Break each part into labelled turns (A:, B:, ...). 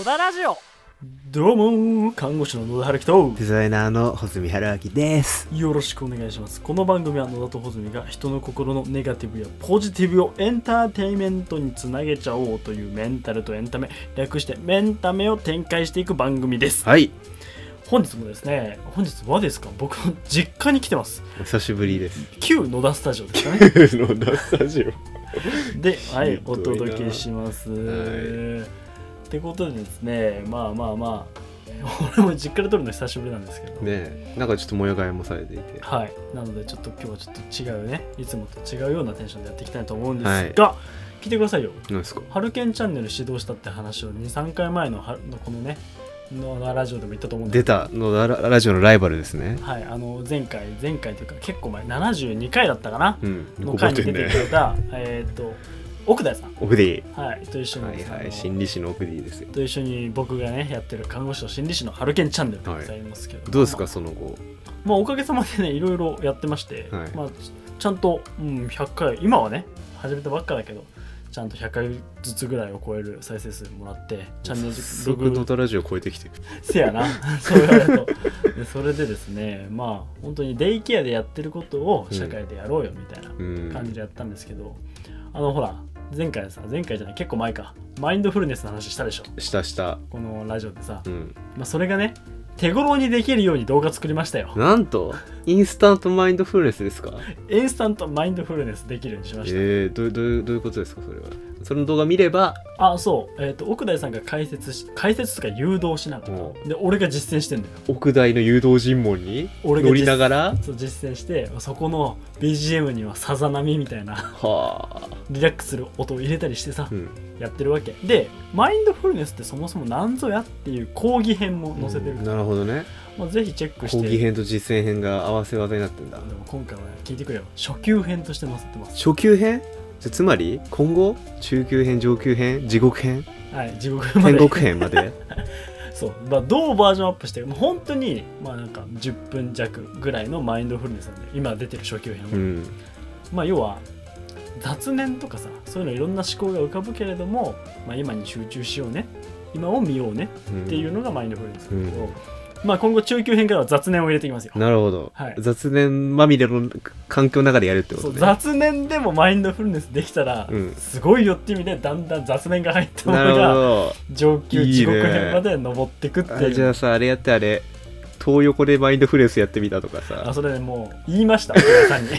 A: 野田ラジオ。どうも看護師の野田春樹と
B: デザイナーの穂積春明です。
A: よろしくお願いします。この番組は野田と穂積が人の心のネガティブやポジティブをエンターテインメントにつなげちゃおうというメンタルとエンタメ、略してメンタメを展開していく番組です。
B: はい、
A: 本日もですね、本日はですか、僕の実家に来てます。
B: お久しぶりです。
A: 旧野田スタジオですかね
B: 野田スタジオ
A: で、はい、お届けします、ってことでですね、まあ俺も実家で撮るの久しぶりなんですけど
B: ね、なんかちょっと模様替えもされていて、
A: はい、なのでちょっと今日はちょっと違うね、いつもと違うようなテンションでやっていきたいと思うんですが、聞いてくださいよ。
B: 何ですか？
A: ハルケンチャンネル指導したって話を 2,3 回前のこのねのラジオでも言ったと思うんですけど、
B: 出たのラジオのライバルですね。
A: はい、前回というか結構前72回だったかな、の回に出てくれた、奥田さん、
B: 奥田、
A: はい、と一緒に、
B: 心理師の奥田ですよ。
A: と一緒に僕がねやってる看護師と心理師のハルケンチャンネルでございますけど、
B: どうですかその後。
A: おかげさまでねいろいろやってまして、ちゃんと、100回、今はね始めたばっかだけどちゃんと100回ずつぐらいを超える再生数もらって、チャンネル
B: すぐノートラジオ超えてきてる。
A: せやなそう言われるとでそれでですね、本当にデイケアでやってることを社会でやろうよみたいな感じでやったんですけど、ほら前回じゃない結構前か、マインドフルネスの話したでしょ。
B: した
A: このラジオでさ、それがね手頃にできるように動画作りましたよ。
B: なんとインスタントマインドフルネスですか？
A: インスタントマインドフルネスできるようにしました。
B: どういうことですかそれは。その動画見れば、
A: そう、奥大さんが解説とか誘導しながら、で俺が実践してんだよ。
B: 奥大の誘導尋問に乗りながら
A: 実践して、そこの BGM にはさざ波みたいなリラックスする音を入れたりしてさ、やってるわけで、マインドフルネスってそもそも何ぞやっていう講義編も載せてるから、
B: なるほどね。
A: ぜひチェックして。
B: 講義編と実践編が合わせ技になってんだ。
A: でも今回は聞いてくれよ、初級編として載せてます。
B: 初級編？つまり今後中級編、上級編、地獄編、
A: 地獄編まで
B: 天国編まで
A: そう、どうバージョンアップして本当になんか10分弱ぐらいのマインドフルネスなんで、今出てる初級編は、要は雑念とかさ、そういうのいろんな思考が浮かぶけれども、今に集中しようね、今を見ようねっていうのがマインドフルネスなんだけど、今後中級編からは雑念を入れていきますよ。
B: なるほど、雑念まみれの環境の中でやるってことね。
A: 雑念でもマインドフルネスできたら、すごいよっていう意味でだんだん雑念が入ったものが上級地獄編まで登ってくっていう。
B: じゃあさ、あれやって東横でマインドフルネスやってみたとかさ。
A: それね、もう言いました、奥田さんに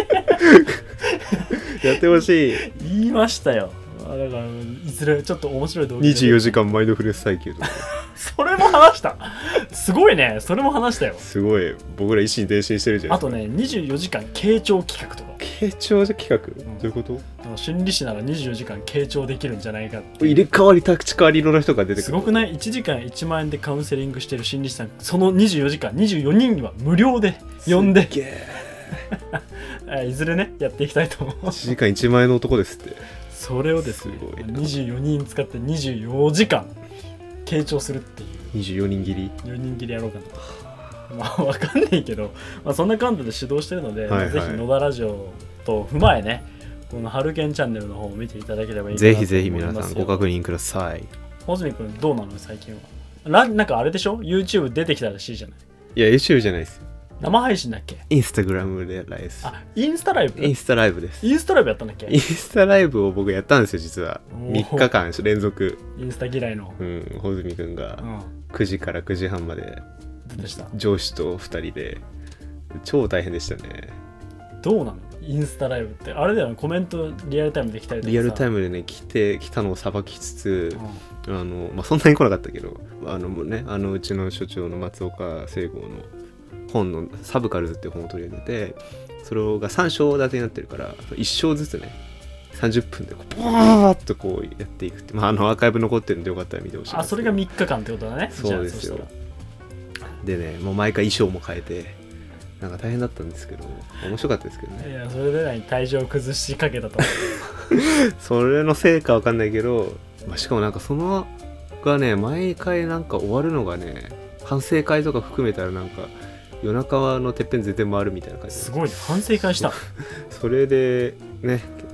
B: やってほしい。
A: 言いましたよ。だからいずれちょっと面白い動画
B: 24時間マインドフルネス再起とか
A: それも話した。すごいね、それも話したよ。
B: すごい、僕ら一心伝心してるじゃん。
A: あとね、24時間傾聴企画とか。
B: 傾聴企画、どういうこと？
A: 心理師なら24時間傾聴できるんじゃないかって。
B: 入れ替わり立ち替わりの人が出てくる。
A: すごくない？1時間1万円でカウンセリングしてる心理師さん、その24時間24人には無料で呼んでいずれねやっていきたいと思う。
B: 1時間1万円の男ですって。
A: それをですね、24人使って24時間傾聴するっていう。
B: 24人切り
A: 4人切りやろうかと。わかんないけど、そんな感じで指導してるので、ぜひ野田ラジオと踏まえね、このハルケンチャンネルの方を見ていただければいいかなと思いますよ。
B: ぜひぜひ皆さんご確認ください。
A: 穂積君どうなの最近は。なんかあれでしょ、 YouTube 出てきたらしいじゃない。
B: いや YouTube じゃないですよ。
A: 生配信だっけ？
B: インスタグラムでライブです。
A: インスタライブ？
B: インスタライブです。
A: インスタライブやったんだっけ？
B: インスタライブを僕やったんですよ実は。3日間連続。
A: インスタ嫌いの
B: 穂積くんが9時から9時半まで上司と2人で超大変でしたね。
A: どうなのインスタライブって？あれだよね、コメントリアルタイムで来たりとかさ。
B: リアルタイムでね来たのをさばきつつ、そんなに来なかったけど、うちの所長の松岡聖剛の本のサブカルズっていう本を取り上げて、それが3章立てになってるから1章ずつね30分でバーッとこうやっていくって、アーカイブ残ってるんでよかったら見てほしい。
A: それが3日間ってことだね。
B: そうですよ。でね、もう毎回衣装も変えてなんか大変だったんですけど面白かったですけどね。
A: いや、それで体調崩しかけたと
B: それのせいかわかんないけど、しかもなんかそのがね毎回なんか終わるのがね、反省会とか含めたらなんか夜中のてっぺん絶対回るみたいな感じ。
A: すごいね、反省会した
B: それでね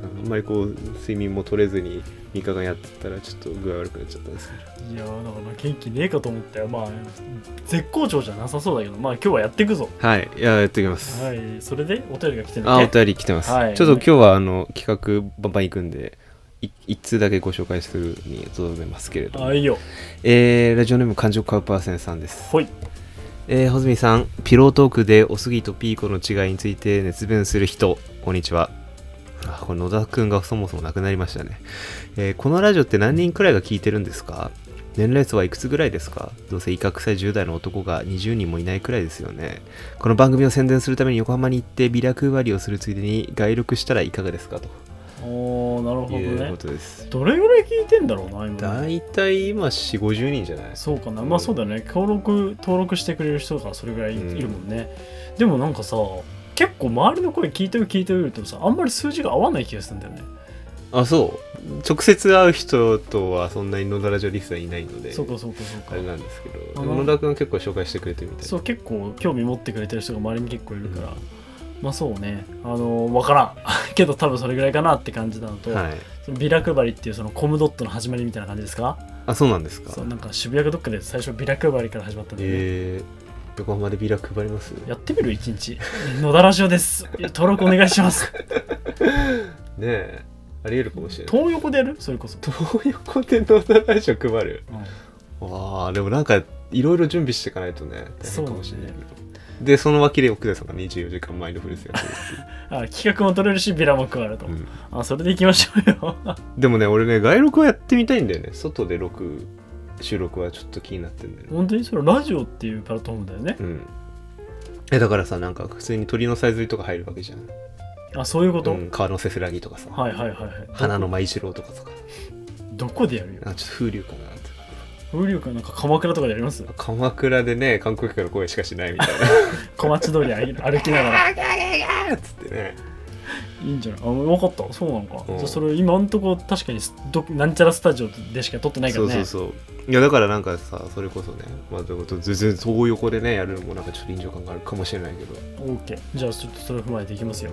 B: あんまりこう睡眠も取れずに3日間やってたらちょっと具合悪くなっちゃったんですけど。
A: いやーだから元気ねえかと思ったよ。まあ絶好調じゃなさそうだけど、まあ今日はやっていくぞ。
B: はい、いややっていきます。
A: はい、それでお便りが来てるんだっけ。
B: お便り来てます、
A: はい、
B: ちょっと今日は企画バンバンいくんで一通だけご紹介するにとどめますけれども、
A: あ、いいよ。
B: ラジオネーム感情カウパーセンさんです。
A: ほい。
B: 穂積さん、ピロートークでおすぎとピーコの違いについて熱弁する人、こんにちは。これ野田くんがそもそも亡くなりましたね。このラジオって何人くらいが聞いてるんですか？年齢層はいくつぐらいですか？どうせ威嚇臭い10代の男が20人もいないくらいですよね。この番組を宣伝するために横浜に行ってビラ配りをするついでに外録したらいかがですかと。
A: おー、なるほどね。
B: いうことです。
A: どれぐらい聞いてんだろうな今。
B: だいたい今4、50人じゃない？
A: そうかな、まあそうだね。登録してくれる人がそれぐらいいるもんね、でもなんかさ、結構周りの声聞いてるとさ、あんまり数字が合わない気がするんだよね。
B: あ、そう。直接会う人とはそんなに野田ラジオリスナーいないので、
A: そうか
B: あれなんですけど、野田くんは結構紹介してくれてるみたいな。
A: そう、結構興味持ってくれてる人が周りに結構いるから、まあそうね、わからんけど多分それぐらいかなって感じなのと、はい、そのビラ配りっていうそのコムドットの始まりみたいな感じですか？
B: あ、そうなんですか。
A: そう、なんか渋谷がどっかで最初ビラ配りから始まったんで、ね、
B: 横浜でビラ配ります？
A: やってみる？一日野田ラジオです、登録お願いします
B: ねえ、ありえるかもしれない。
A: 東横でやる？それこそ
B: 東横で野田ラジオ配る、わあ、でもなんかいろいろ準備していかないとね、大変かもしれないけど。で、その脇で奥田さんが24時間マインドフルネスやってる
A: あ、企画も取れるしビラも配ると、あ、それでいきましょうよ
B: でもね、俺ね、外録はやってみたいんだよね。外で収録はちょっと気になってるんだよね。
A: 本当にそれラジオっていうプラットフォームだよね。
B: だからさ、なんか普通に鳥のさえずりとか入るわけじゃん。
A: あ、そういうこと？
B: 川のせせらぎとかさ、花の舞次郎とかさ。
A: どこでやるよ。
B: ちょっと風流かなって。
A: 風流かなんか鎌倉とかでやります？
B: 鎌倉でね、観光客の声しかしないみたいな
A: 小町通り歩きながら
B: っつってね。
A: いいんじゃない？あ、分かった。そうなのか。じゃあそれ今んとこ確かになんちゃらスタジオでしか撮ってないからね。
B: そういや、だからなんかさ、それこそね、まあ全然東横でねやるのもなんかちょっと臨場感があるかもしれないけど。
A: OK、 じゃあちょっとそれを踏まえていきますよ。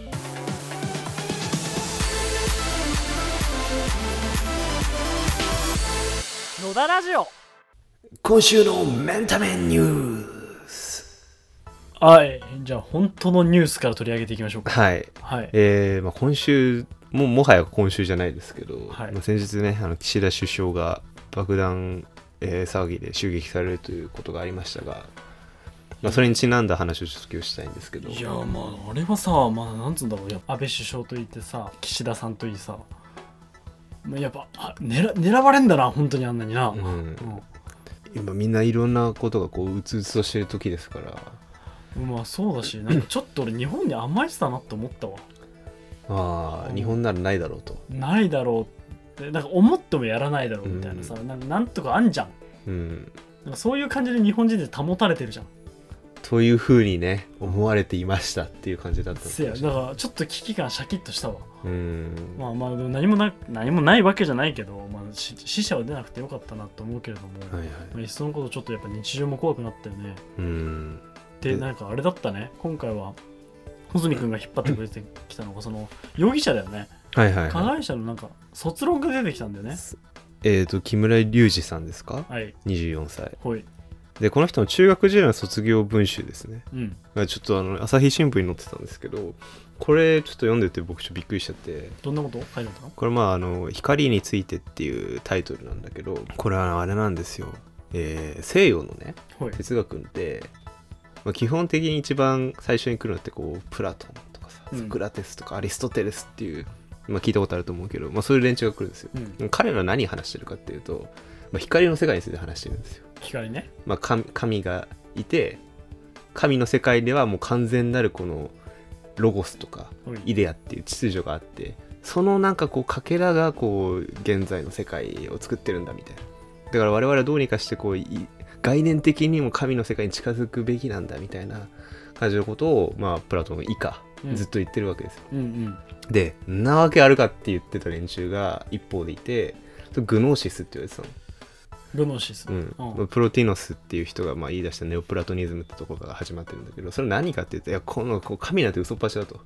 A: 野田ラジオ、
B: 今週のメンタメンニュース。
A: はい、じゃあ本当のニュースから取り上げていきましょうか。
B: はい、今週もはや今週じゃないですけど、先日ね、岸田首相が爆弾、騒ぎで襲撃されるということがありましたが、それにちなんだ話をちょっと今日したいんですけど。
A: いや、まああれはさ、まあなんつうんだろう、安倍首相といってさ、岸田さんといいさ、やっぱ狙われんだな、本当にあんなにな。
B: 今みんないろんなことがこううつうつとしてる時ですから。
A: まあそうだし、なんかちょっと俺日本に甘えてたなって思ったわ。
B: 日本ならないだろうと。
A: ないだろうって、なんか思ってもやらないだろうみたいなさ、なんとかあんじゃん。なんかそういう感じで日本人で保たれてるじゃん。
B: という風にね、思われていましたっていう感じだったんですよ。
A: だからちょっと危機感シャキッとしたわ。まあ何もないわけじゃないけど、死者は出なくてよかったなと思うけれども、いっそのことちょっとやっぱ日常も怖くなったよね。で、なんかあれだったね、今回は穂積君が引っ張ってくれてきたのがその容疑者だよね。加害者のなんか卒論が出てきたんだよね。
B: 木村隆二さんですか？はい、24歳。で、この人の中学時代の卒業文集ですね。ちょっと朝日新聞に載ってたんですけど、これちょっと読んでて僕ちょっとびっくりしちゃって。
A: どんなこと書いてあったの？
B: これ光についてっていうタイトルなんだけど、これはあれなんですよ。西洋のね、哲学って、基本的に一番最初に来るのってこうプラトンとかさ、ソクラテスとかアリストテレスっていう、聞いたことあると思うけど、そういう連中が来るんですよ。彼らは何話してるかっていうと、光の世界について話してるんですよ。
A: 光ね。
B: 神がいて、神の世界ではもう完全なるこのロゴスとかイデアっていう秩序があって、そのなんかこうかけらがこう現在の世界を作ってるんだみたいな。だから我々はどうにかしてこう概念的にも神の世界に近づくべきなんだみたいな感じのことを、プラトンが以下ずっと言ってるわけですよ。で、なわけあるかって言ってた連中が一方でいて、グノーシスって言われてたの。
A: グノーシス、
B: プロティノスっていう人が言い出したネオプラトニズムってところが始まってるんだけど、それ何かって言うと、この神なんて嘘っぱちだと。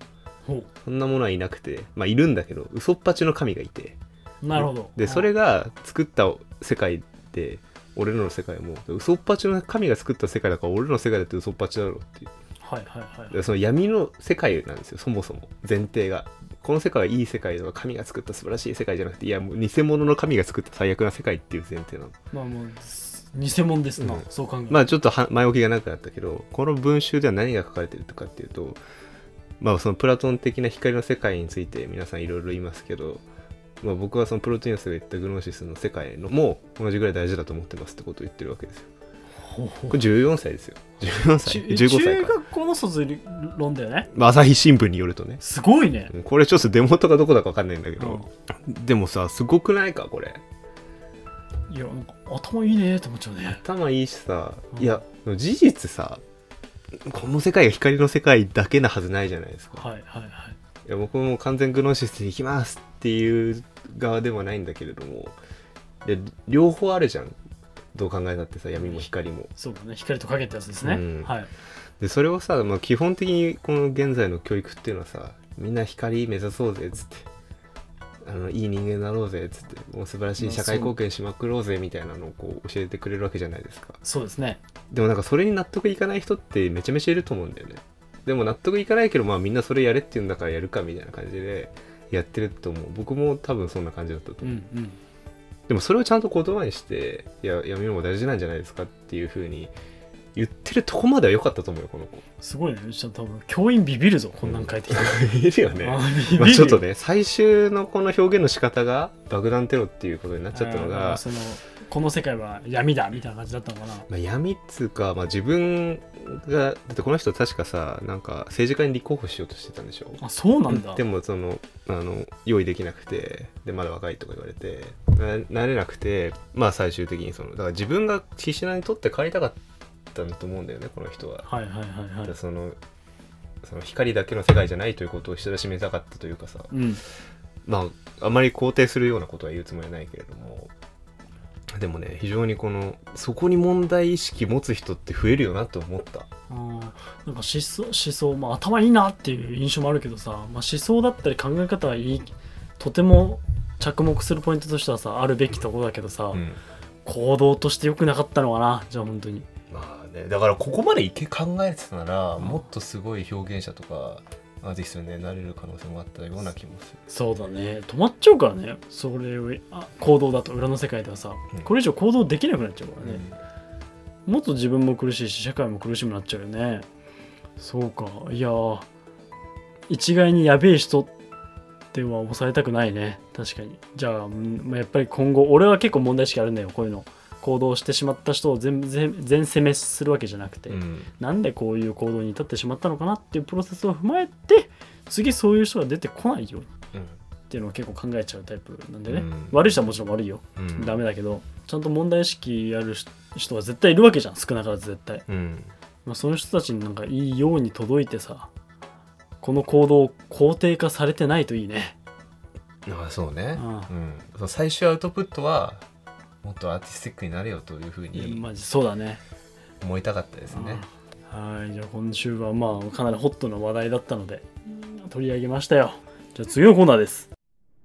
B: そんなものはいなくて、まあいるんだけど嘘っぱちの神がいて、
A: なるほど。
B: でそれが作った世界で俺らの世界も嘘っぱちの神が作った世界だから俺らの世界だって嘘っぱちだろうっていう、
A: はいはいはい、
B: でその闇の世界なんですよ、そもそも前提が。この世界はいい世界とか神が作った素晴らしい世界じゃなくて、いやもう偽物の神が作った最悪な世界っていう前提なの。
A: まあもう偽物ですな、そう考える。
B: まあちょっと前置きがなくなったけど、この文集では何が書かれてるかっていうと、まあそのプラトン的な光の世界について皆さんいろいろ言いますけど、まあ、僕はそのプロティウスが言ったグノーシスの世界のも同じぐらい大事だと思ってますってことを言ってるわけですよ。これ14歳ですよ。14歳15歳か。
A: 中学校の卒論だよね。
B: まあ、朝日新聞によるとね。
A: すごいね。
B: これちょっと出元がどこだか分かんないんだけど、でもさ、すごくないかこれ。
A: いや、なんか頭いいねって思っちゃうね。
B: 頭いいしさ、いや事実さ、この世界が光の世界だけなはずないじゃないですか。
A: はいはいはい。
B: いや僕も完全グノーシスに行きますっていう側ではないんだけれども、で両方あるじゃん。どう考えたってさ、闇も光も。
A: そうだね、光と影ってやつですね。はい。
B: でそれをさ、まあ、基本的にこの現在の教育っていうのはさ、みんな光目指そうぜっつって、いい人間になろうぜっつって、もう素晴らしい社会貢献しまくろうぜみたいなのをこう教えてくれるわけじゃないですか。
A: そうですね。
B: でもなんかそれに納得いかない人ってめちゃめちゃいると思うんだよね。でも納得いかないけど、まあみんなそれやれって言うんだからやるかみたいな感じでやってると思う。僕も多分そんな感じだったと思う。でもそれをちゃんと言葉にして、いや闇のも大事なんじゃないですかっていう風に言ってるとこまでは良かったと思うよ、この子。
A: すごいね。多分教員ビビるぞ、こんなん書いてきて。
B: いるよね。まあちょっとね、最終のこの表現の仕方が爆弾テロっていうことになっちゃったのが、
A: この世界は闇だみたいな感じだったのかな。
B: まあ、闇っつうか、まあ、自分がだってこの人確かさ、なんか政治家に立候補しようとしてたんでしょ。
A: あ、そうなんだ。
B: でも用意できなくて、でまだ若いとか言われてなれなくて、まあ最終的にだから自分が岸田にとって帰りたかったんだと思うんだよね、この人は。
A: はいはいはいはい。
B: その光だけの世界じゃないということを知らしめたかったというかさ、まああまり肯定するようなことは言うつもりはないけれども、でもね、非常にそこに問題意識持つ人って増えるよなって思った。
A: なんか思想、まあ、頭いいなっていう印象もあるけどさ、まあ、思想だったり考え方はいい、とても着目するポイントとしてはさあるべきところだけどさ、行動として良くなかったのかな。じゃあ本当に
B: まあね、だからここまで考えてたなら、もっとすごい表現者とかアーティストに、ね、なれる可能性もあったような気もする。
A: そうだね、止まっちゃうからね、それを行動だと裏の世界ではさ、これ以上行動できなくなっちゃうからね、もっと自分も苦しいし社会も苦しくなっちゃうよね。そうか、いや一概にやべえ人っては抑えたくないね。確かに。じゃあやっぱり今後、俺は結構問題意識あるんだよ。こういうの行動してしまった人を全責めするわけじゃなくて、なんでこういう行動に至ってしまったのかなっていうプロセスを踏まえて、次そういう人が出てこないようにっていうのを結構考えちゃうタイプなんでね、悪い人はもちろん悪いよ、ダメだけど、ちゃんと問題意識ある人は絶対いるわけじゃん、少なからず絶対、まあ、その人たちになんかいいように届いてさ、この行動を肯定化されてないといいね。
B: ああそうね、最終アウトプットはもっとアーティスティックになれよというふうに
A: マジそうだね、
B: 思いたかったですね。
A: はい、じゃあ今週はまあかなりホットな話題だったので取り上げましたよ。じゃあ次のコーナーです。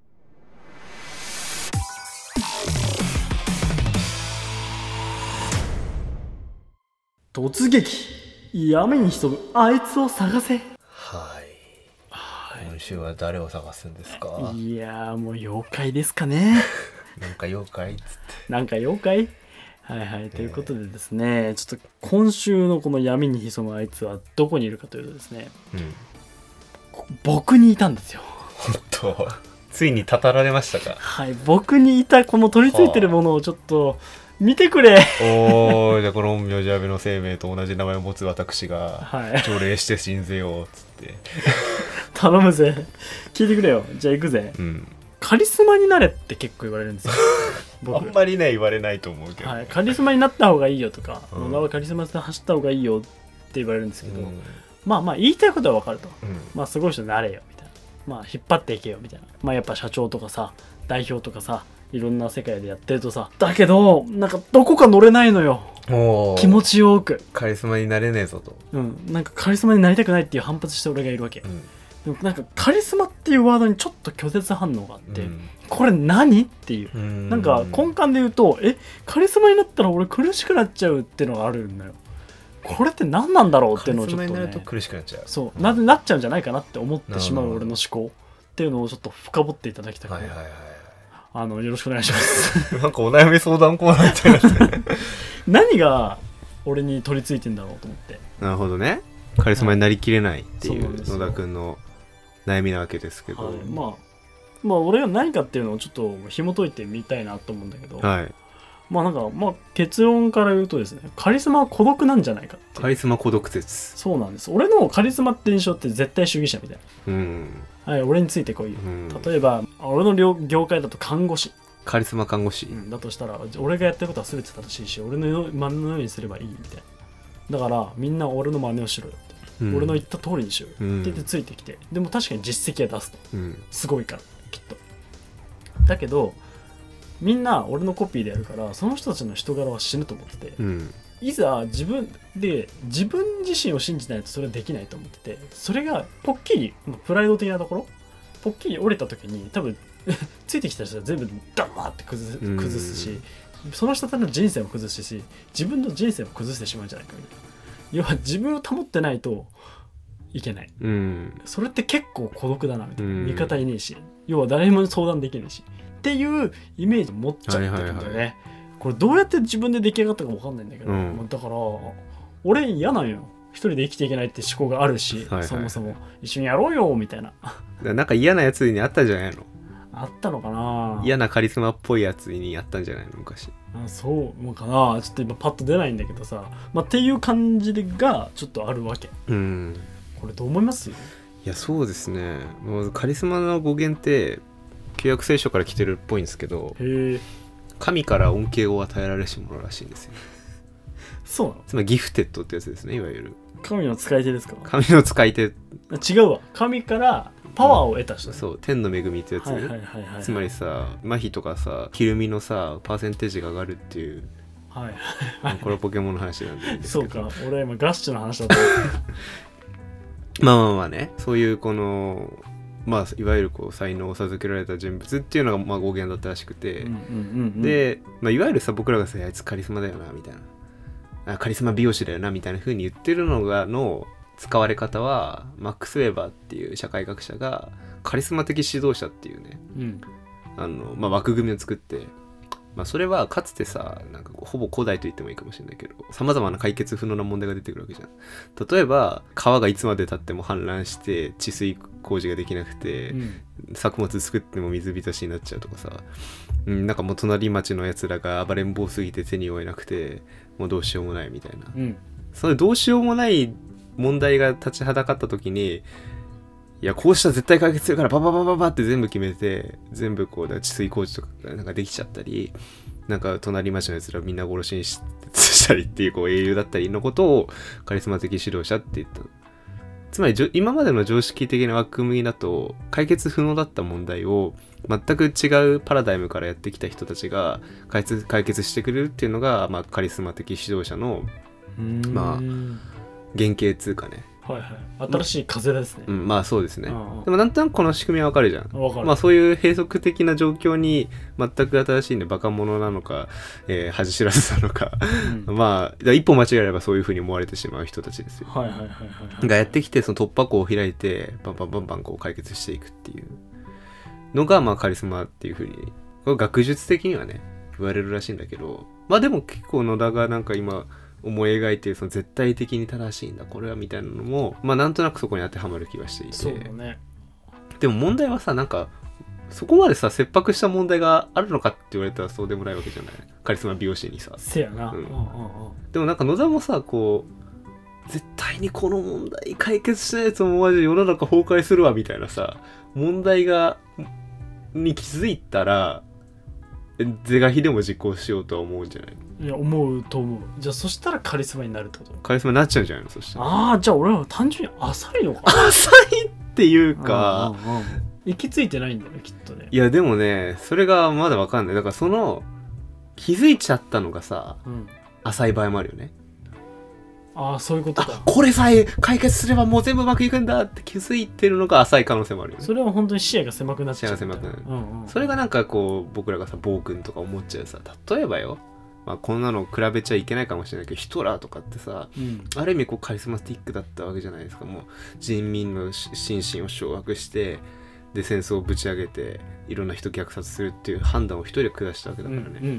A: 突撃、闇に潜むあいつを探せ。
B: 今週は誰を探すんですか？
A: いやーもう妖怪ですかね。
B: なんか妖怪っつって。
A: なんか妖怪？はいはい。ということでですね、ちょっと今週のこの闇に潜むあいつはどこにいるかというとですね、僕にいたんですよ。
B: 本当？ついにたたられましたか？はい、
A: 僕にいたこの取り付いてるものをちょっと見てくれ。
B: おー、じゃあこの陰陽師安倍の生命と同じ名前を持つ私が条例して信ぜようっつって。
A: 頼むぜ、聞いてくれよ。じゃあ行くぜ、カリスマになれって結構言われるんですよ。
B: あんまりね言われないと思うけど、
A: カリスマになった方がいいよとか、俺はカリスマで走った方がいいよって言われるんですけど、まあ言いたいことは分かると、まあすごい人になれよみたいな、まあ引っ張っていけよみたいな、まあやっぱ社長とかさ代表とかさいろんな世界でやってるとさ、だけどなんかどこか乗れないのよ、気持ちよく。
B: カリスマになれねえぞと、
A: なんかカリスマになりたくないっていう反発した俺がいるわけ、 でもなんかカリスマっていうワードにちょっと拒絶反応があって、これ何っていう、なんか根幹で言うとカリスマになったら俺苦しくなっちゃうっていうのがあるんだよ。これって何なんだろうっていうのをちょっと、ね、
B: カリスマになると苦しくなっちゃう。
A: そうなっちゃうんじゃないかなって思ってしまう俺の思考っていうのをちょっと深掘っていただきたくて、よろしくお願いします
B: なんかお悩み相談コーナーみたいな
A: 何が俺に取り付いてんだろうと思って。
B: なるほどね。カリスマになりきれないっていう野田くんの悩みなわけですけど、
A: はい、まあ俺が何かっていうのをちょっと紐解いてみたいなと思うんだけど、
B: はい、
A: 結論から言うとですね、カリスマは孤独なんじゃないかって。
B: カリスマ孤独説。
A: そうなんです。俺のカリスマって印象って絶対主義者みたいな、はい、俺についてこいよ、例えば俺の業界だと看護師、
B: カリスマ看護師、
A: だとしたら俺がやってることは全て正しいし俺の真似のようにすればいいみたいな。だからみんな俺の真似をしろよって、俺の言った通りにしろよって言ってついてきて、でも確かに実績は出すと、すごいからきっと。だけどみんな俺のコピーでやるからその人たちの人柄は死ぬと思ってて、いざ自分自身を信じないとそれはできないと思ってて、それがポッキリプライド的なところポッキリ折れた時に多分ついてきた人は全部ダマーって崩すし、その人たちの人生も崩すし自分の人生も崩してしまうんじゃないかみたいな。要は自分を保ってないといけない、それって結構孤独だなみたいな、味方いねえし要は誰も相談できないしっていうイメージ持っちゃってるんだよね、これどうやって自分で出来上がったか分かんないんだけど、だから俺嫌なんよ、一人で生きていけないって思考があるし、そもそも一緒にやろうよみたいな
B: なんか嫌なやつにあったんじゃないの？
A: あったのかな。
B: 嫌なカリスマっぽいやつにあったんじゃないの昔。
A: そうかな、ちょっと今パッと出ないんだけどさ、っていう感じがちょっとあるわけ。これどう思います？
B: いやそうですね、カリスマの語源って旧約聖書から来てるっぽいんですけど、神から恩恵を与えられし者らしいんですよ。
A: そうなの？
B: つまりギフテッドってやつですね、いわゆる。
A: 神の使い手ですか？
B: 神の使い手。
A: 違うわ、神からパワーを得た人、
B: そう、天の恵みってやつ、つまりさ、麻痺とかさ、ひるみのさ、パーセンテージが上がるっていう、これはポケモンの話なんで
A: そうか、俺は今ガッシュの話だった
B: まあね、そういうこのいわゆる才能を授けられた人物っていうのが語源だったらしくて、で、いわゆるさ、僕らがさ、あいつカリスマだよなみたいな、カリスマ美容師だよなみたいな風に言ってるのの使われ方は、マックス・ウェーバーっていう社会学者がカリスマ的指導者っていうね、枠組みを作って、それはかつてさ、なんかほぼ古代と言ってもいいかもしれないけど、さまざまな解決不能な問題が出てくるわけじゃん。例えば川がいつまで経っても氾濫して治水工事ができなくて、作物作っても水浸しになっちゃうとかさ、なんかもう隣町のやつらが暴れん坊すぎて手に負えなくてもうどうしようもないみたいな、そのどうしようもない問題が立ちはだかった時に、いやこうしたら絶対解決するからバババババって全部決めて、全部治水工事とかなんかできちゃったり、なんか隣町のやつらみんな殺しにしたりっていう英雄だったりのことをカリスマ的指導者って言ったの。つまり今までの常識的な枠組みだと解決不能だった問題を全く違うパラダイムからやってきた人たちが解決してくれるっていうのが、カリスマ的指導者の原型つうかね。
A: 新しい風ですね。
B: そうですね。でもなんとなくこの仕組みはわかるじゃん。そういう閉塞的な状況に全く新しいバカ者なのか、恥知らずなのか、一歩間違えればそういう風に思われてしまう人たちですよ。がやってきて、その突破口を開いてバンバンバンバン解決していくっていうのがカリスマっていう風に、これ学術的にはね言われるらしいんだけど、でも結構野田がなんか今思い描いているその絶対的に正しいんだこれはみたいなのもなんとなくそこに当てはまる気がしていて、
A: そうだね。
B: でも問題はさ、なんかそこまでさ切迫した問題があるのかって言われたらそうでもないわけじゃない、カリスマ美容師にさ。
A: せやな、
B: でもなんか野田もさ、絶対にこの問題解決しないとマジで世の中崩壊するわみたいなさ、問題に気づいたら是が非でも実行しようとは思うんじゃない？
A: いや思うと思う。じゃあそしたらカリスマになるってこと？
B: カリスマになっちゃうんじゃないの？そしたら
A: じゃあ俺は単純に浅いのか。
B: 浅いっていうか、
A: 行き着いてないんだよねきっとね。
B: いやでもね、それがまだ分かんない。だからその気づいちゃったのがさ、浅い場合もあるよね。
A: ああそういうことか。
B: これさえ解決すればもう全部うまくいくんだって気づいてるのが浅い可能性もあるよね。
A: それは本当に視野が狭くなっちゃう。
B: 視野が狭くなる、
A: うんうん、
B: それがなんかこう僕らがさ暴君とか思っちゃうさ、例えばよ、まあ、こんなの比べちゃいけないかもしれないけどヒトラーとかってさ、うん、ある意味こうカリスマティックだったわけじゃないですか。もう人民の心身を掌握してで戦争をぶち上げていろんな人虐殺するっていう判断を一人で下したわけだからね、うんうんうん、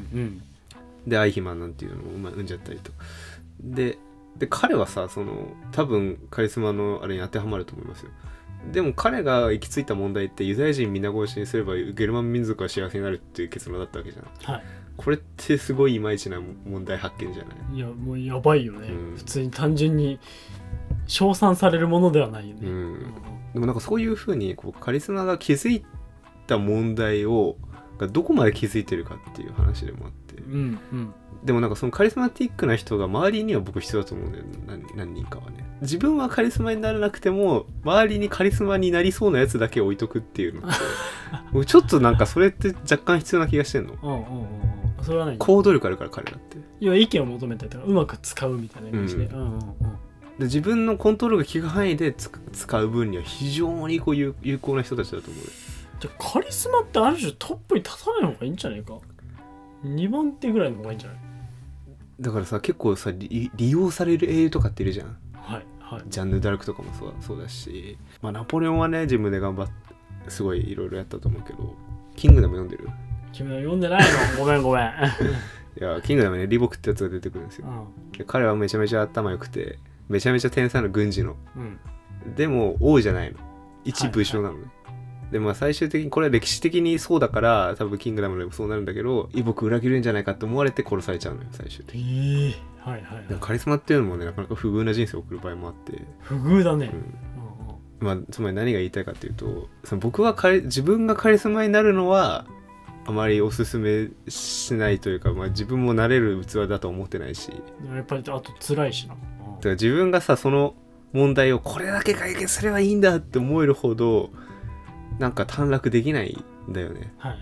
B: でアイヒマンなんていうのも生んじゃったりとで彼はさその多分カリスマのあれに当てはまると思いますよ。でも彼が行き着いた問題ってユダヤ人皆殺しにすればゲルマン民族は幸せになるっていう結論だったわけじゃん、はい、これってすごいいまいちな問題発見じゃない？
A: いやもうやばいよね、うん、普通に単純に称賛されるものではないよね、うん、
B: でもなんかそういう風にこうカリスマが気づいた問題をがどこまで気づいてるかっていう話でもあって、うんうん、でもなんかそのカリスマティックな人が周りには僕必要だと思うんだよ、何人かはね。自分はカリスマにならなくても周りにカリスマになりそうなやつだけ置いとくっていうのってちょっとなんかそれって若干必要な気がしてんの。それは何？行動力あるから彼だって。
A: いや意見を求めたりとかうまく使うみたいなイメージで、うんうんうん、
B: で自分のコントロールが効く範囲で使う分には非常にこう有効な人たちだと思う。
A: じゃカリスマってある種トップに立たない方がいいんじゃないか。2番手ぐらいの方がいいんじゃない？だ
B: からさ結構さ 利用される英雄とかっているじゃん。
A: はいはい。
B: ジャンヌ・ダルクとかもそうだし、まあナポレオンはね自分で頑張ってすごいいろいろやったと思うけど、キングダム読んでる？
A: キングダム読んでないの？ごめん。
B: いやキングダムねリボクってやつが出てくるんですよ。で彼はめちゃめちゃ頭良くてめちゃめちゃ天才の軍事の、うん、でも王じゃないの。一武将なのね。はいはいでまあ、最終的にこれは歴史的にそうだから多分キングダムでもそうなるんだけどイボク裏切るんじゃないかって思われて殺されちゃうのよ最終的に、はいはいはい、カリスマっていうのもねなかなか不遇な人生を送る場合もあって
A: 不遇だね、
B: うんまあ、つまり何が言いたいかっていうとその僕は自分がカリスマになるのはあまりおすすめしないというか、まあ、自分もなれる器だと思ってないし
A: やっぱりあと辛いしな、
B: だから自分がさその問題をこれだけ解決すればいいんだって思えるほどなんか短絡できないんだよね。はい。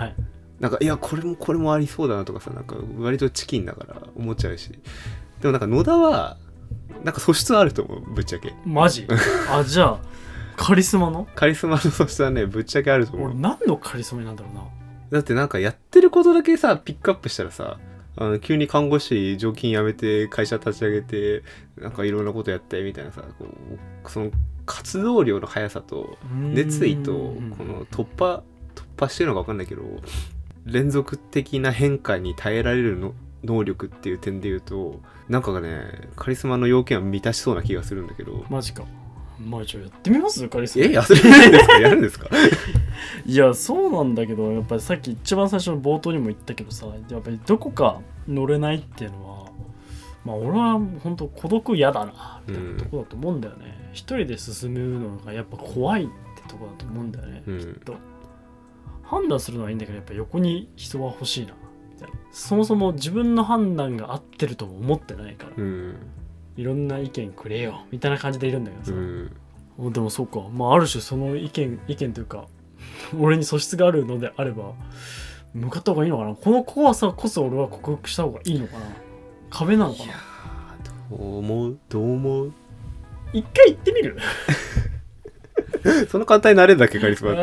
B: なんかいやこれもありそうだなとかさなんか割とチキンだから思っちゃうし、でもなんか野田はなんか素質あると思うぶっちゃけ。
A: マジ？あじゃあカリスマの
B: 素質はねぶっちゃけあると思う。
A: 俺何のカリスマなんだろうな。
B: だってなんかやってることだけさピックアップしたらさ急に看護師常勤辞めて会社立ち上げてなんかいろんなことやってみたいなさこうその活動量の速さと熱意とこの突破してるのか分かんないけど連続的な変化に耐えられるの能力っていう点で言うとなんかがねカリスマの要件は満たしそうな気がするんだけど。
A: マジか。まあやってみますカリスマ。
B: やるんですか
A: いやそうなんだけどやっぱりさっき一番最初の冒頭にも言ったけどさやっぱりどこか乗れないっていうのはまあ俺は本当孤独嫌だなみたいなとこだと思うんだよね、一人で進むのがやっぱ怖いってとこだと思うんだよね、きっと判断するのはいいんだけどやっぱ横に人は欲しいなみたいな。そもそも自分の判断が合ってるとも思ってないから、いろんな意見くれよみたいな感じでいるんだけどさ、でもそうかまあある種その意見というか俺に素質があるのであれば向かった方がいいのかな。この怖さこそ俺は克服した方がいいのかな。壁なのかな。いや
B: どう思う
A: 一回行ってみる
B: その簡単になれるだけカリスマって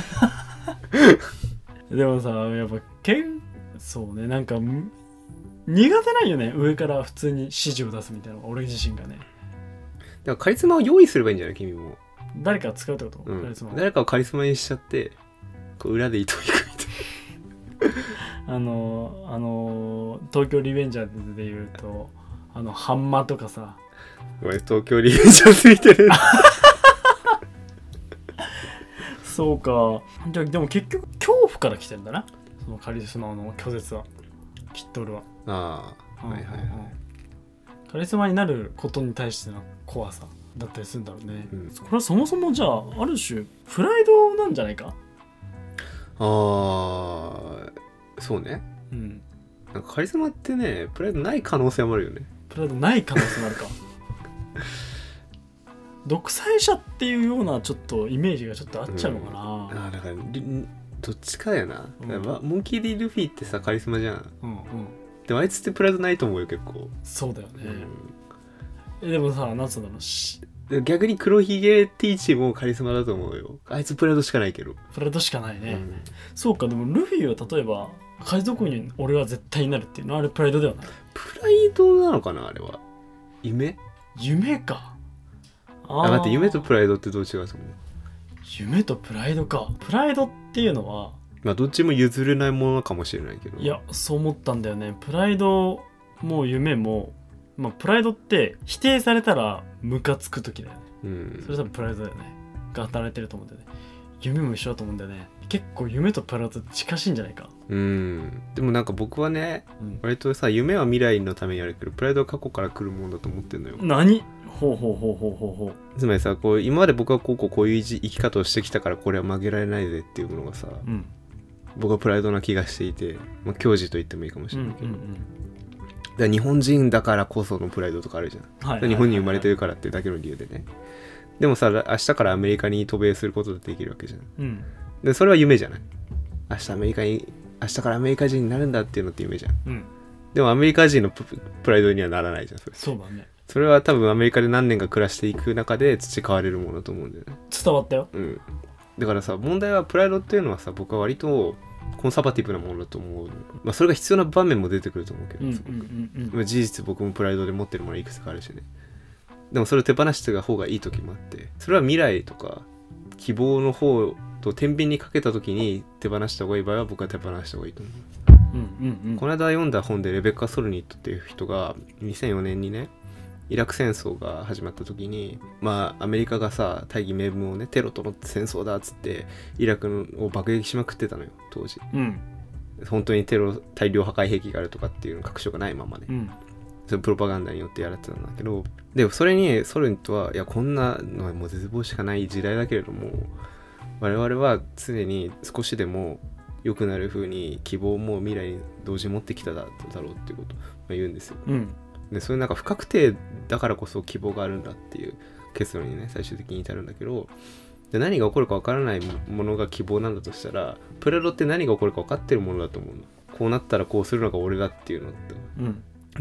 A: でもさやっぱそうねなんか苦手ないよね上から普通に指示を出すみたいな俺自身がね。
B: だからカリスマを用意すればいいんじゃない君も。
A: 誰か使うってこと、
B: カリスマ誰かをカリスマにしちゃってこう裏で糸を引くみたい
A: な東京リベンジャーズで言うとハンマとかさ
B: 俺東京リベンジャーズ見てる
A: そうか。じゃあでも結局恐怖から来てんだなそのカリスマの拒絶はきっと俺は。はい。カリスマになることに対しての怖さだったりするんだろうね、これはそもそもじゃあある種プライドなんじゃないか。
B: そうね。なんかカリスマってねプライドない可能性もあるよね。
A: プライドない可能性もあるか独裁者っていうようなちょっとイメージがちょっとあっちゃうのかな、
B: だからどっちかだよな、モンキー・ディ・ルフィってさカリスマじゃん、でもあいつってプライドないと思うよ結構。
A: そうだよね、 でもさ、なんつうんだろう、
B: 逆に黒ひげティーチもカリスマだと思うよ。あいつプライドしかないけど。
A: プライドしかないね、そうか。でもルフィは例えば海賊王に俺は絶対になるっていうのはあれプライドではない。
B: プライドなのかなあれは。夢
A: か。
B: 待って、夢とプライドってどう違うと思う？
A: 夢とプライドか。プライドっていうのは
B: まあどっちも譲れないものかもしれないけど。
A: いや、そう思ったんだよね。プライドも夢も、まあプライドって否定されたらムカつく時だよね。それ多分プライドだよねが働いてると思うんだよね。夢も一緒だと思うんだよね。結構夢とプライド近しいんじゃないか。
B: でもなんか僕はね、割とさ、夢は未来のためにあるけどプライドは過去から来るものだと思ってんのよ。
A: 何？ほう。
B: つまりさ、こう今まで僕はこういう生き方をしてきたからこれは曲げられないぜっていうものがさ、僕はプライドな気がしていて、まあ矜持と言ってもいいかもしれないけど、だから日本人だからこそのプライドとかあるじゃん、日本に生まれてるからってだけの理由でね。でもさ、明日からアメリカに渡米することができるわけじゃん、でそれは夢じゃない。明日からアメリカ人になるんだっていうのって夢じゃん、でもアメリカ人のプライドにはならないじゃん。
A: そうだね。
B: それは多分アメリカで何年か暮らしていく中で培われるものだと思うんだよね。
A: 伝わったよ。
B: だからさ、問題はプライドっていうのはさ、僕は割とコンサバティブなものだと思う。まあそれが必要な場面も出てくると思うけど、すごく事実僕もプライドで持ってるものいくつかあるしね。でもそれを手放してた方がいい時もあって、それは未来とか希望の方と天秤にかけた時に手放した方がいい場合は僕は手放した方がいいと思う。この間読んだ本でレベッカ・ソルニットっていう人が2004年にね、イラク戦争が始まった時に、まあアメリカがさ、大義名分をね、テロとの戦争だっつってイラクを爆撃しまくってたのよ当時、本当に大量破壊兵器があるとかっていうの確証がないままね、そのプロパガンダによってやられてたんだけど、でそれにソルニットは、いやこんなのはもう絶望しかない時代だけれども、我々は常に少しでも良くなる風に希望も未来に同時に持ってきただろうっていうことを言うんですよ、でそういうなんか不確定だからこそ希望があるんだっていう結論にね最終的に至るんだけど、で何が起こるか分からないものが希望なんだとしたら、プライドって何が起こるか分かってるものだと思うの。こうなったらこうするのが俺だっていうのって、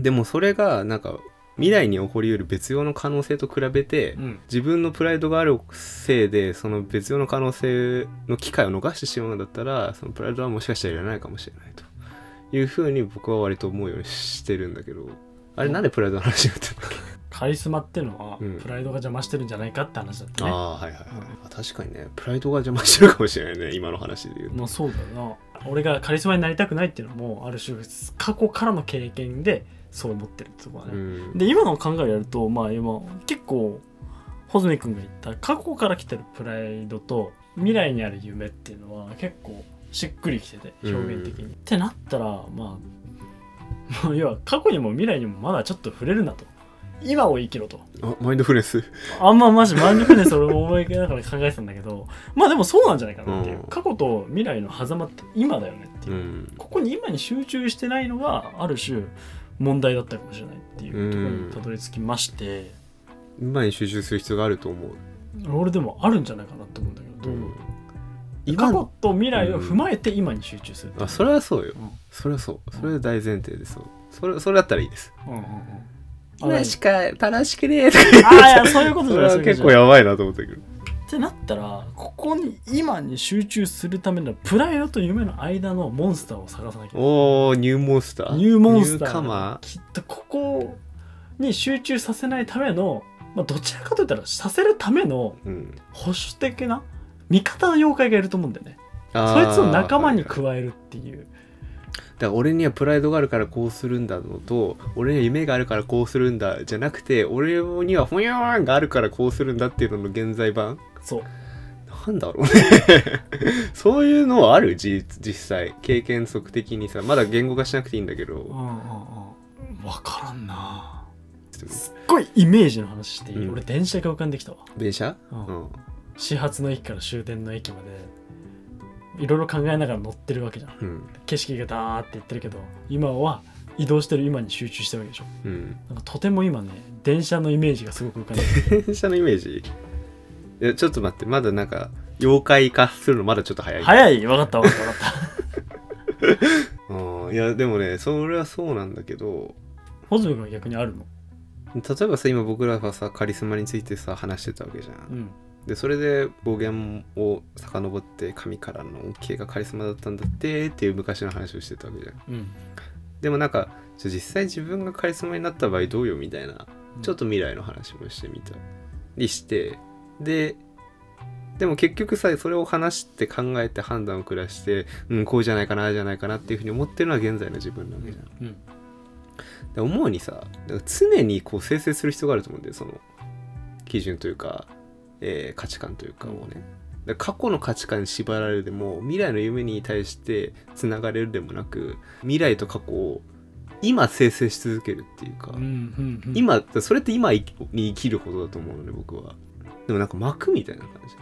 B: でもそれがなんか未来に起こりうる別用の可能性と比べて、自分のプライドがあるせいでその別用の可能性の機会を逃してしまうんだったら、そのプライドはもしかしたらいらないかもしれないというふうに僕は割と思うようにしてるんだけど、あれなんでプライドの話になったんだっけ？
A: カリスマっていうのはプライドが邪魔してるんじゃないかって話だったね。
B: 確かにね、プライドが邪魔してるかもしれないね、今の話で言うと。
A: まあそうだよな。俺がカリスマになりたくないっていうのもある種過去からの経験でそう思ってるってところだね、で今の考えをやると、まあ今結構穂積君が言った過去から来てるプライドと未来にある夢っていうのは結構しっくりきてて、表現的に、ってなったらまあ要は過去にも未来にもまだちょっと触れるなと、今を生きろと。
B: マインドフルネス
A: マジマインドフルネス俺も思いながら考えてたんだけど、まあでもそうなんじゃないかなっていう、過去と未来の狭間って今だよねっていう、ここに今に集中してないのがある種問題だったかもしれないっていうところにたどり着きまして、
B: 今に集中する必要があると思う。
A: 俺でもあるんじゃないかなと思うんだけど、どう思う？過去と未来を踏まえて今に集中する、
B: それはそうよ、それはそう、それは大前提でそう、それだったらいいです、今しか楽しくねえとか言って、
A: いやそういうことじゃない。
B: それは結構やばいなと思ったけど、
A: ってなったらここに今に集中するためのプライドと夢の間のモンスターを探さなきゃいけない。
B: ニューモンスター、
A: ニューモンスター、
B: ニューカマー、
A: きっとここに集中させないための、まあ、どちらかといったらさせるための保守的な味方の妖怪がいると思うんだよね。そいつを仲間に加えるっていう、
B: だから俺にはプライドがあるからこうするんだのと、俺には夢があるからこうするんだじゃなくて、俺にはほにゃーんがあるからこうするんだっていうのの現在版。そうなんだろうねそういうのはある？実際経験則的にさ、まだ言語化しなくていいんだけど、
A: 分からんな。すっごいイメージの話していい？俺電車が浮かんできたわ。電車？始発の駅から終点の駅までいろいろ考えながら乗ってるわけじゃん、景色がダーって言ってるけど、今は移動してる今に集中してるわけでしょ、なんかとても今ね電車のイメージがすごく浮かんでる
B: 電車のイメージ、いやちょっと待って、まだなんか妖怪化するのまだちょっと早い。
A: 分かった
B: いやでもね、それはそうなんだけど、
A: ホズミ君は逆にあるの？
B: 例えばさ今僕らはさカリスマについてさ話してたわけじゃん、
A: うん
B: でそれで暴言を遡って神からの恩恵がカリスマだったんだってっていう昔の話をしてたわけじゃん、
A: うん、
B: でもなんか実際自分がカリスマになった場合どうよみたいな、ちょっと未来の話もしてみたりしてでも結局さそれを話して考えて判断を下してこうじゃないかなああじゃないかなっていうふうに思ってるのは現在の自分なわけじゃん、
A: うん、
B: で思うにさ常にこう生成する必要があると思うんだよその基準というか、価値観というかをねだから過去の価値観に縛られるでも未来の夢に対してつながれるでもなく未来と過去を今生成し続けるっていうか、今それって今に生きることだと思うのね僕は。でもなんか幕みたいな感じ。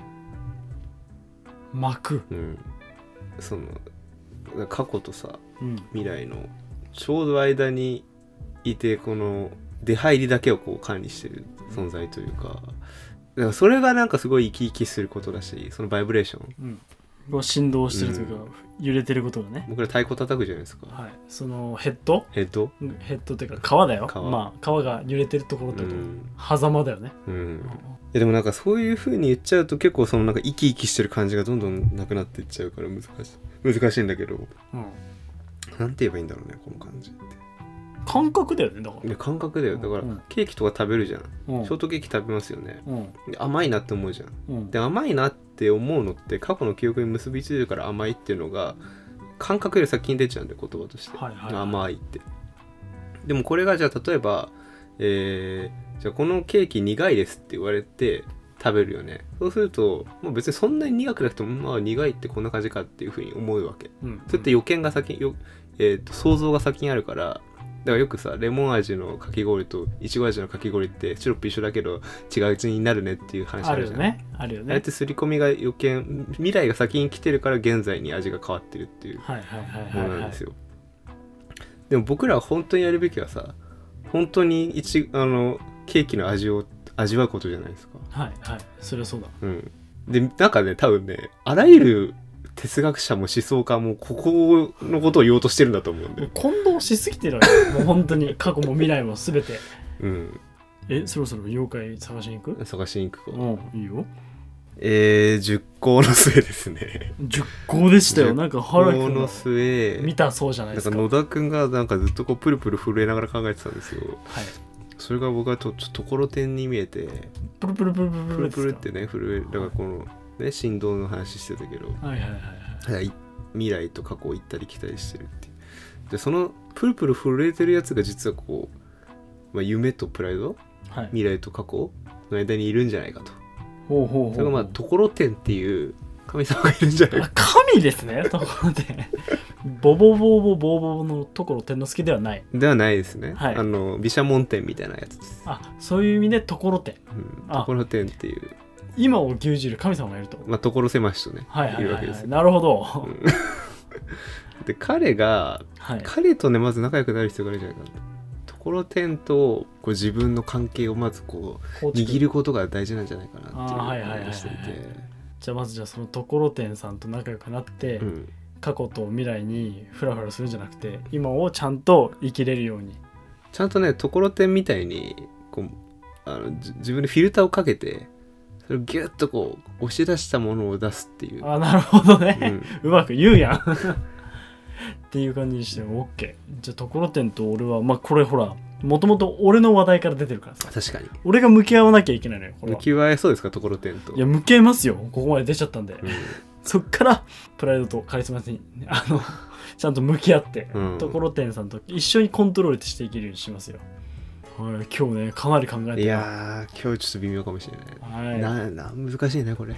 A: 幕、
B: その過去とさ、未来のちょうど間にいてこの出入りだけをこう管理してる存在というか、だからそれがなんかすごい生き生きすることだし、そのバイブレーション、
A: こう振動してるというか、揺れてることがね。
B: 僕ら太鼓叩くじゃないですか。
A: はい。そのヘッドっていうか川だよ。川が揺れてるところと狭間だよね。いやでもなんかそういう風に言っちゃうと結構そのなんか生き生きしてる感じがどんどんなくなっていっちゃうから難しいんだけど、なんて言えばいいんだろうねこの感じって。感覚だよねだから。いや感覚だよ。だから、ケーキとか食べるじゃん。ショートケーキ食べますよね。で甘いなって思うじゃん。で甘いなって思うのって過去の記憶に結びついてるから甘いっていうのが感覚より先に出ちゃうんで言葉として、甘いって。でもこれがじゃあ例えば、じゃあこのケーキ苦いですって言われて食べるよね。そうするともう別にそんなに苦くなくてもまあ苦いってこんな感じかっていうふうに思うわけ。それって予見が先想像が先にあるから。だからよくさレモン味のかき氷といちご味のかき氷ってシロップ一緒だけど違う味になるねっていう話あるじゃん。あるよね。あれって刷り込みが予見未来が先に来てるから現在に味が変わってるっていうものなんですよ。でも僕らは本当にやるべきはさ本当にケーキの味を味わうことじゃないですか。はいはいそれはそうだ。でなんかね多分ねあらゆる哲学者も思想家もここのことを言おうとしてるんだと思うんで混同しすぎてるわけもう本当に過去も未来も全てそろそろ妖怪探しに行くか。いいよ。10項の末ですね。10項でしたよ。なんか原君の末見たそうじゃないですか。なんか野田くんがなんかずっとこうプルプル震えながら考えてたんですよ。はい。それが僕はちょっところてんに見えてプルプルプルプルプルプルってね震えだからこのね、振動の話してたけど、未来と過去を行ったり来たりしてるっていう。でそのプルプル震えてるやつが実はこう、夢とプライド、未来と過去の間にいるんじゃないかと。それがところてんっていう神様がいるんじゃないか。神ですねところてん。ボボボボボボのところてんの好きではない。ではないですね。毘沙門天みたいなやつです。そういう意味でところてん。ところてんっていう。今を牛耳る神様がいると。所狭しとね、いるわけですよ。なるほど。で彼とねまず仲良くなる必要があるんじゃないかなと。ところてんとこう自分の関係をまずこう握ることが大事なんじゃないかなっていう話をしていて。じゃあまずそのところてんさんと仲良くなって、過去と未来にフラフラするんじゃなくて今をちゃんと生きれるように。ちゃんとねところてんみたいにこう自分でフィルターをかけて。それをギュッとこう押し出したものを出すっていう。なるほどね、うまく言うやんっていう感じにしても OK。 じゃあところてんと俺はこれほらもともと俺の話題から出てるからさ。確かに俺が向き合わなきゃいけないのよ。これ向き合えそうですかところてんと。いや向き合いますよ。ここまで出ちゃったんで、そっからプライドとカリスマにちゃんと向き合って、ところてんさんと一緒にコントロールしていけるようにしますよ。今日ねかなり考えて。いやー今日ちょっと微妙かもしれない。難しいねこれ。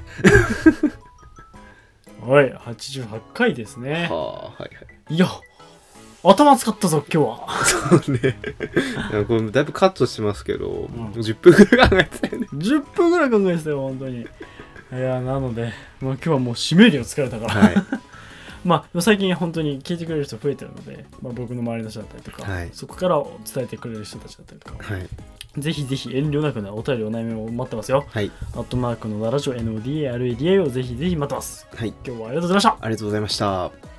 A: はい88回ですね。いや頭使ったぞ今日は。そうね。これだいぶカットしますけど、10分ぐらい考えてたよね。10分ぐらい考えてたよ本当に。いやなので、今日はもう締めるよ疲れたから。最近本当に聞いてくれる人増えてるので、僕の周りの人だったりとか、そこから伝えてくれる人たちだったりとか、ぜひぜひ遠慮なくねお便りお悩みを待ってますよ。@のだラジオ NODARADIO をぜひぜひ待ってます。今日はありがとうございました。ありがとうございました。